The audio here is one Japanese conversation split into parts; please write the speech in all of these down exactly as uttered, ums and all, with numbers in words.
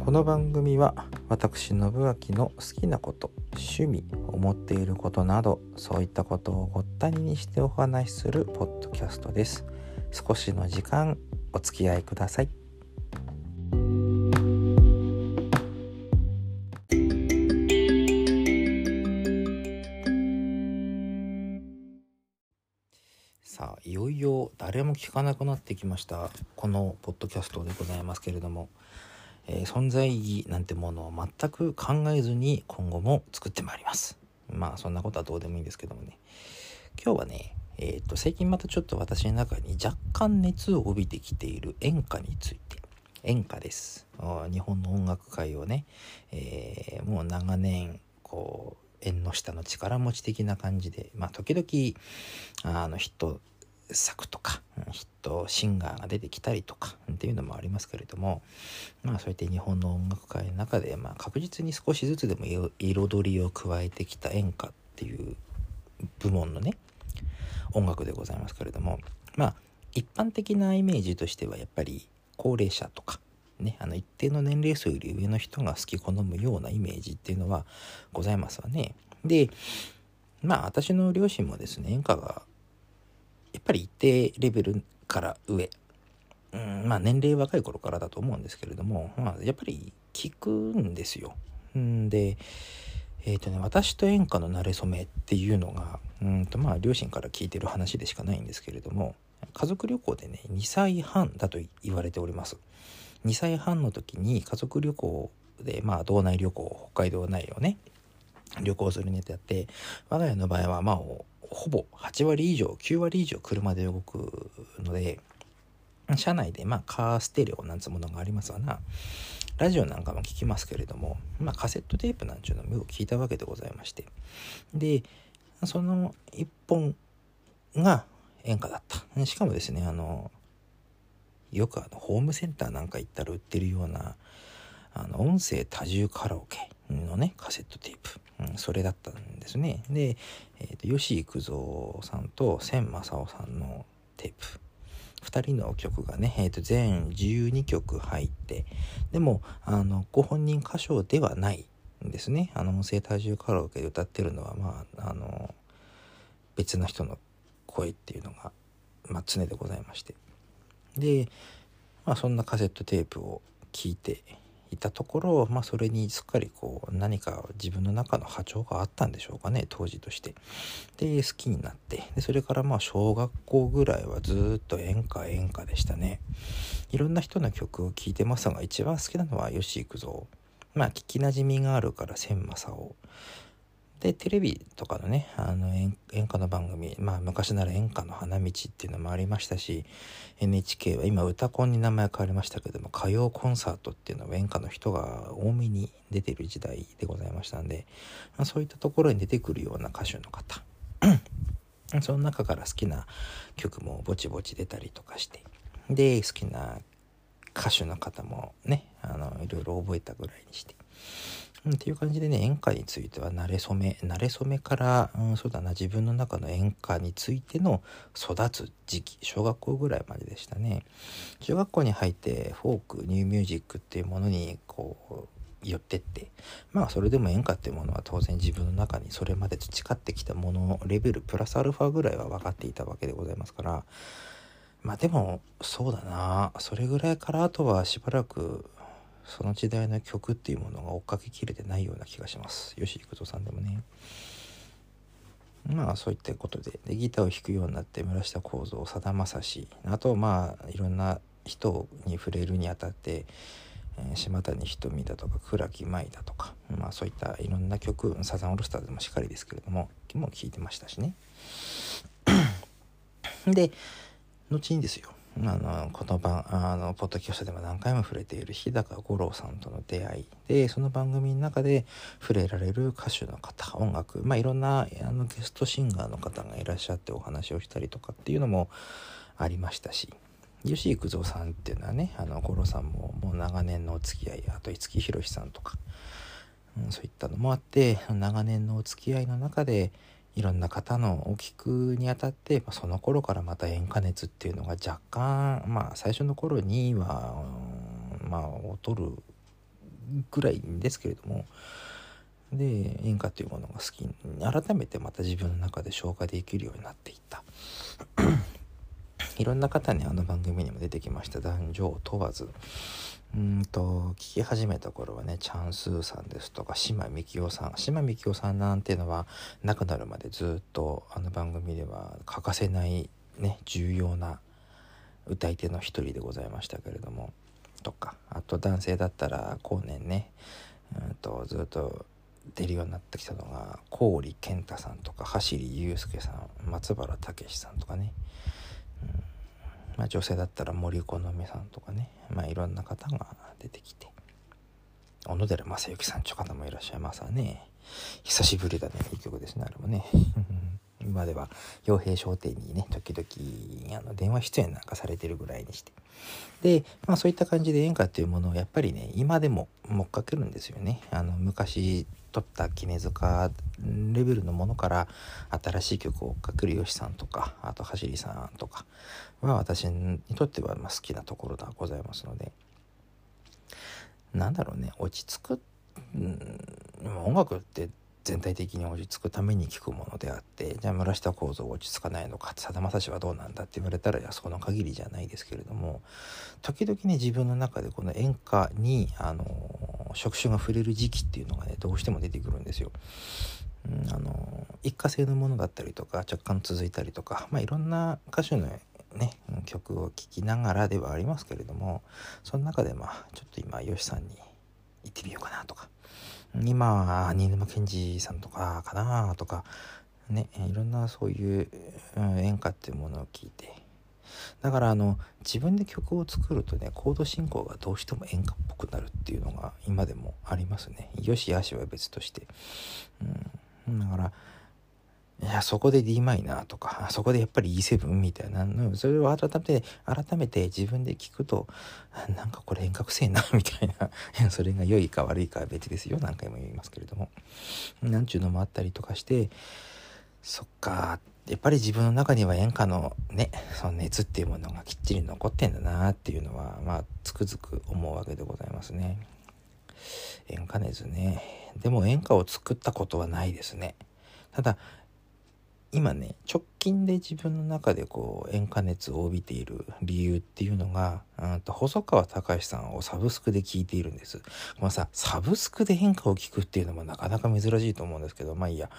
この番組は私信明の好きなこと、趣味、思っていることなど、そういったことをごったににしてお話しするポッドキャストです。少しの時間お付き合いください。さあ、いよいよ誰も聞かなくなってきましたこのポッドキャストでございますけれども、えー、存在意義なんてものを全く考えずに今後も作ってまいります。まあそんなことはどうでもいいんですけどもね、今日はね、えー、と最近またちょっと私の中に若干熱を帯びてきている演歌について。演歌です。日本の音楽界をね、えー、もう長年こう縁の下の力持ち的な感じで、まあ時々あのヒット作とかヒットシンガーが出てきたりとかっていうのもありますけれども、まあそうやって日本の音楽界の中で、まあ、確実に少しずつでも彩りを加えてきた演歌っていう部門のね音楽でございますけれども、まあ一般的なイメージとしてはやっぱり高齢者とかね、あの一定の年齢層より上の人が好き好むようなイメージっていうのはございますわね。で、まあ私の両親もですね、演歌がやっぱり一定レベルから上、うん、まあ年齢若い頃からだと思うんですけれども、まあやっぱり聞くんですよ。んで、えーとね、私と演歌の馴れ初めっていうのが、うんとまあ両親から聞いてる話でしかないんですけれども、家族旅行でねにさいはんだと言われております。にさいはんの時に家族旅行で、まあ道内旅行、北海道内をね旅行するネタやって、我が家の場合はまあほぼはちわり以上きゅうわり以上車で動くので、車内でまあカーステレオなんつうものがありますわな。ラジオなんかも聞きますけれども、まあカセットテープなんちゅうのもよく聞いたわけでございまして、でその一本が演歌だった。しかもですね、あのよくあのホームセンターなんか行ったら売ってるようなあの音声多重カラオケのねカセットテープ、うん、それだったんですね。で、えーと、吉幾三さんと千正夫さんのテープふたりの曲がね、えーと全じゅうにきょく入って、でもあのご本人歌唱ではないんですね。あの音声多重カラオケで歌ってるのはまああの別の人の声っていうのが、まあ、常でございまして、で、まあ、そんなカセットテープを聞いていたところ、まあ、それにすっかりこう何か自分の中の波長があったんでしょうかね、当時として。で好きになって、でそれからまあ小学校ぐらいはずっと演歌演歌でしたね。いろんな人の曲を聴いてますが、一番好きなのは吉幾三、まあ聞きなじみがあるから千正夫で、テレビとかのねあの 演, 演歌の番組、まあ昔なら演歌の花道っていうのもありましたし、 エヌエイチケー は今歌コンに名前変わりましたけども、歌謡コンサートっていうのは演歌の人が多めに出ている時代でございましたんで、まあ、そういったところに出てくるような歌手の方その中から好きな曲もぼちぼち出たりとかして、で好きな歌手の方もねあのいろいろ覚えたぐらいにして、うん、っていう感じでね、演歌については慣れ初め慣れ初めから、うん、そうだな、自分の中の演歌についての育つ時期、小学校ぐらいまででしたね。中学校に入ってフォークニューミュージックっていうものにこう寄ってって、まあそれでも演歌っていうものは当然自分の中にそれまで培ってきたもののレベルプラスアルファぐらいは分かっていたわけでございますから、まあでもそうだな、それぐらいからあとはしばらくその時代の曲っていうものが追っかけきれてないような気がします。吉幾三さんでもね。まあそういったことで、でギターを弾くようになって村下幸三、さだまさし、あとまあいろんな人に触れるにあたって、えー、島谷ひとみだとか倉木舞だとか、まあそういったいろんな曲、サザンオールスターズもしっかりですけれどももう聴いてましたしね。で後にですよ、あのこの番あのポッドキャストでも何回も触れている日高五郎さんとの出会いで、その番組の中で触れられる歌手の方、音楽、まあいろんなあのゲストシンガーの方がいらっしゃってお話をしたりとかっていうのもありましたし、吉幾三さんっていうのはね、あの五郎さんももう長年のお付き合い、あと五木ひろしさんとか、うん、そういったのもあって、長年のお付き合いの中でいろんな方のを聞くにあたって、その頃からまた演歌熱っていうのが若干、まあ最初の頃には、うん、まあ劣るぐらいですけれども、で演歌というものが好きに改めてまた自分の中で消化できるようになっていったいろんな方にあの番組にも出てきました。男女を問わずうんと聞き始めた頃はね、チャンスーさんですとか島幹夫さん島幹夫さんなんていうのは亡くなるまでずっとあの番組では欠かせないね重要な歌い手の一人でございましたけれども、とかあと男性だったら後年ねうんとずっと出るようになってきたのが郡健太さんとか走裕介さん、松原武さんとかね、うんまあ、女性だったら森好美さんとかね、まあいろんな方が出てきて、小野寺正幸さんという方もいらっしゃいますわね。久しぶりだね、いい曲ですねあれもね今では傭兵商店にね時々あの電話出演なんかされてるぐらいにして、で、まあ、そういった感じで演歌っていうものをやっぱりね今でも追っかけるんですよね。あの昔撮った杵塚レベルのものから新しい曲を追っかける吉さんとか、あと走りさんとかは私にとってはまあ好きなところでございますので、なんだろうね、落ち着く、うん、音楽って全体的に落ち着くために聴くものであって、じゃあ村下幸三落ち着かないのか、さだまさしはどうなんだって言われたらいやその限りじゃないですけれども、時々ね自分の中でこの演歌にあの触手が触れる時期っていうのがねどうしても出てくるんですよ。うん、あの一過性のものだったりとか若干続いたりとか、まあいろんな歌手のね曲を聴きながらではありますけれども、その中でまあちょっと今吉さんに行ってみようかなとか、今は新沼謙治さんとかかなとかね、いろんなそういう、うん、演歌っていうものを聞いて、だからあの自分で曲を作るとねコード進行がどうしても演歌っぽくなるっていうのが今でもありますね。よしあしは別として、うん、だからいやそこで ディー マイナーとかそこでやっぱり イーセブン みたいなの、それを改めて改めて自分で聞くとなんかこれ演歌くせえなみたいなそれが良いか悪いかは別ですよ、何回も言いますけれども、なんちゅうのもあったりとかして、そっかやっぱり自分の中には演歌のねその熱っていうものがきっちり残ってんだなっていうのはまあつくづく思うわけでございますね。演歌熱ね、でも演歌を作ったことはないですね。ただ今ね直近で自分の中でこう演歌熱を帯びている理由っていうのが、うんと細川たかしさんをサブスクで聴いているんです。まあさサブスクで演歌を聴くっていうのもなかなか珍しいと思うんですけど、まあいいや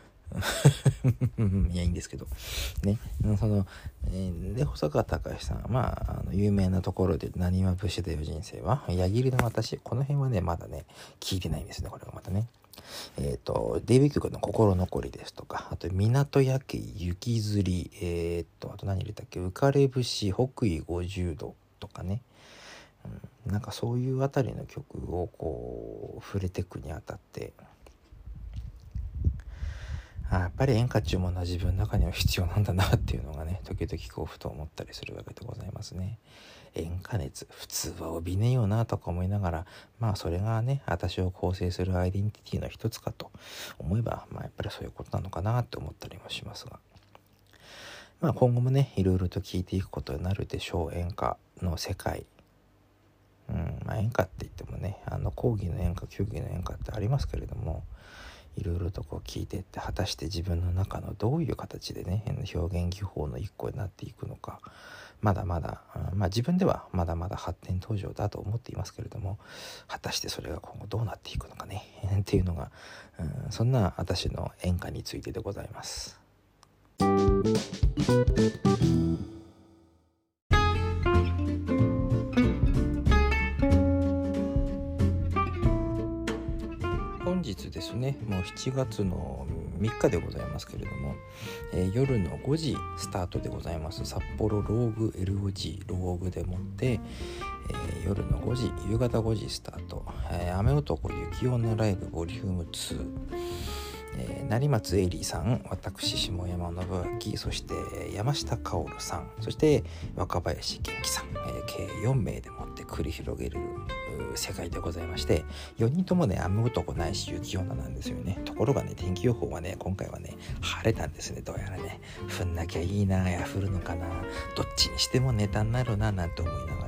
いやいいんですけどね、その、えー、で細川たかしさん、まあ、あの有名なところでなにわ節だよ人生は、矢切の私、この辺はねまだね聞いてないんですね。これがまたねえーとデビュー曲の心残りですとか、あと港焼け雪吊り、えーとあと何入れたっけ、浮かれ節北緯ごじゅうどとかね、うん、なんかそういうあたりの曲をこう触れていくにあたって、あやっぱり演歌っていうものは自分の中には必要なんだなっていうのがね時々こうふと思ったりするわけでございますね。演歌熱普通は帯びねえよなとか思いながら、まあそれがね私を構成するアイデンティティの一つかと思えば、まあやっぱりそういうことなのかなって思ったりもしますが、まあ今後もねいろいろと聞いていくことになるでしょう。演歌の世界、うんまあ演歌って言ってもねあの講義の演歌球技の演歌ってありますけれども、いろいろとこう聞いていって果たして自分の中のどういう形でね表現技法の一個になっていくのか、まだまだ、まあ自分ではまだまだ発展途上だと思っていますけれども、果たしてそれが今後どうなっていくのかねっていうのが、うん、そんな私の演歌についてでございます。本日ですねもうしちがつのみっかでございますけれども、えー、夜のごじスタートでございます札幌ローグ エルオージー ローグでもって、えー、夜のごじ夕方ごじスタート、えー、雨男雪女ライブボリュームツー、えー、成松エリーさん、私下山信明、そして山下香織さん、そして若林元気さん、えー、計よんめいでもって繰り広げる世界でございまして、よにんともね雨男ないし雪女なんですよね。ところがね天気予報はね今回はね晴れたんですね。どうやらね降んなきゃいいな、や降るのかな、どっちにしてもネタになるななんて思いながらやっております。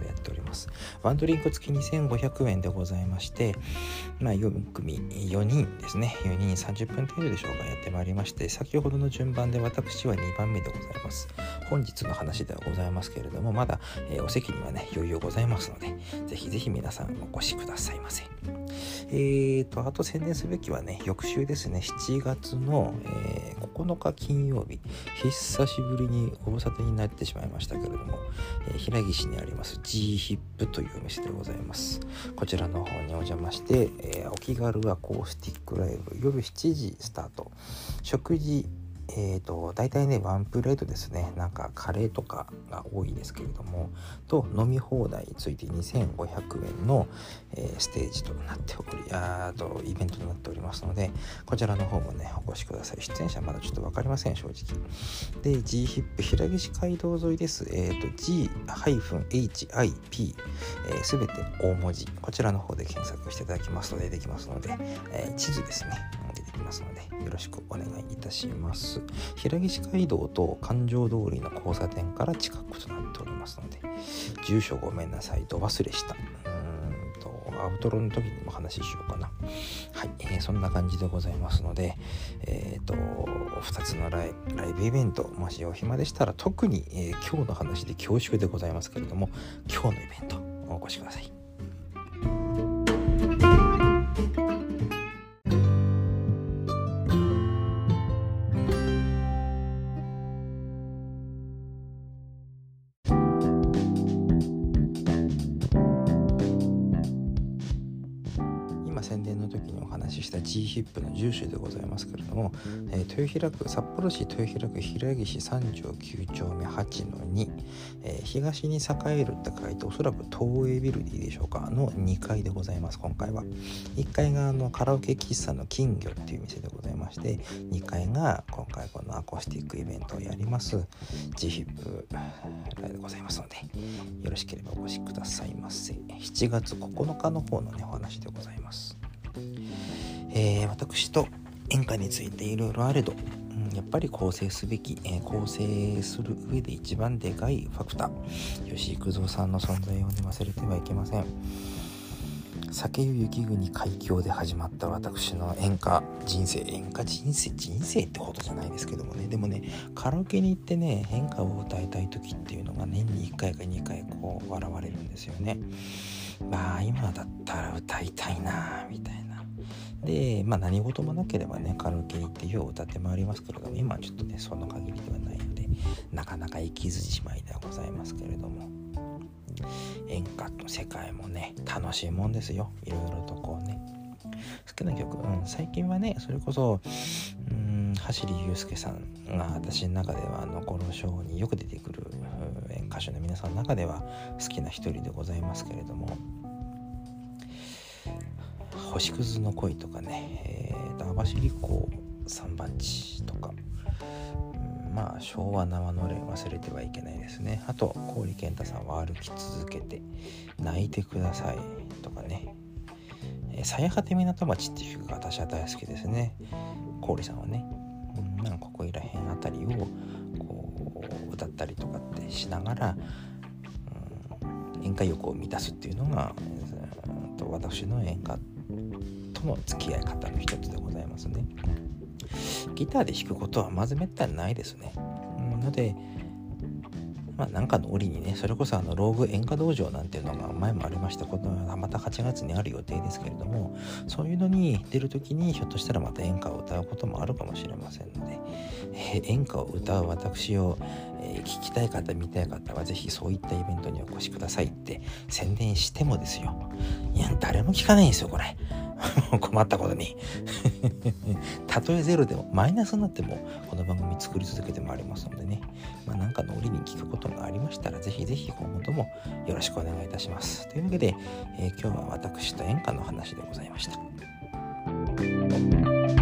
ます。ワンドリンク付きにせんごひゃくえんでございまして、まあ、よん組よにんですね、よにんさんじゅっぷん程度でしょうか、やってまいりまして、先ほどの順番で私はにばんめでございます。本日の話ではございますけれども、まだ、えー、お席にはね余裕ございますので、ぜひぜひ皆さんお越しくださいませ。えーとあと宣伝すべきはね、翌週ですね、しちがつの、えー、ここのか金曜日、久しぶりにご無沙汰になってしまいましたけれども、えー、平岸にあります G ヒップというお店でございます。こちらの方にお邪魔して、えー、お気軽アコースティックライブ、夜しちじスタート、食事えーと大体ねワンプレートですね、なんかカレーとかが多いですけれども、と飲み放題ついてにせんごひゃくえんの、えー、ステージとなっておりあとイベントとなっておりますので、こちらの方もねお越しください。出演者まだちょっと分かりません、正直で。 G ヒップ平岸街道沿いです。えーと ジーエイチアイピー すべ、えー、て大文字、こちらの方で検索していただきますと出てきますので、えー、地図ですね出てきますのでよろしくお願いいたします。平岸街道と環状通りの交差点から近くとなっておりますので、住所ごめんなさい、ど忘れした。うーんとアウトロの時にも話しようかな。はい、えー、そんな感じでございますので、えーとふたつのライ、ライブイベント、もしお暇でしたら、特に、えー、今日の話で恐縮でございますけれども、今日のイベントお越しください。宣伝の時にお話しした G ヒップの住所でございますけれども、えー、豊平区、札幌市豊平区平岸さん条きゅう丁目はちのに、えー、東に栄えるって書いて、おそらく東映ビルでいいでしょうかのにかいでございます。今回はいっかいがあのカラオケ喫茶の金魚っていう店でございまして、にかいが今回このアコースティックイベントをやります G ヒップでございますので、よろしければお越しくださいませ。しちがつここのかの方のねお話でございます。えー、私と演歌についていろいろあれど、うん、やっぱり構成すべき、えー、構成する上で一番でかいファクター、吉幾三さんの存在を、ね、忘れてはいけません。酒湯雪国海峡で始まった私の演歌人生、演歌人生人生ってことじゃないですけどもね、でもねカラオケに行ってね演歌を歌いたい時っていうのが年にいっかいかにかいこう笑われるんですよね。まあ今だったら歌いたいなみたいな。でまあ何事もなければねカラオケに行ってよう歌って回りますけれども、今はちょっとねその限りではないのでなかなか行きずじまいではございますけれども、演歌の世界もね楽しいもんですよ。いろいろとこうね好きな曲、うん、最近はねそれこそうん走り祐介さんが私の中ではあのゴロショーによく出てくる歌手の皆さんの中では好きな一人でございますけれども、星屑の恋とかね、えー、と網走港三番地とか、うん、まあ昭和生のれん忘れてはいけないですね。あと郡健太さんは歩き続けて泣いてくださいとかね、えー、最果て港町っていう曲が私は大好きですね。郡さんはね、うん、なんかここいらへんあたりをこう歌ったりとかってしながら、うん、演歌欲を満たすっていうのが、うん、と私の演歌との付き合い方の一つでございますね。ギターで弾くことはまずめったにないですね。うん、のでまあなんかの折にね、それこそあのローグ演歌道場なんていうのが前もありましたことがまたはちがつにある予定ですけれども、そういうのに出るときにひょっとしたらまた演歌を歌うこともあるかもしれませんので、えー、演歌を歌う私を、えー、聞きたい方見たい方はぜひそういったイベントにお越しくださいって宣伝してもですよ、いや誰も聞かないんですよこれ困ったことにたとえゼロでもマイナスになってもこの番組作り続けてまいりますのでね、まあ、なんかの折に聞くことがありましたらぜひぜひ今後ともよろしくお願いいたします。というわけで、えー、今日は私と演歌の話でございました。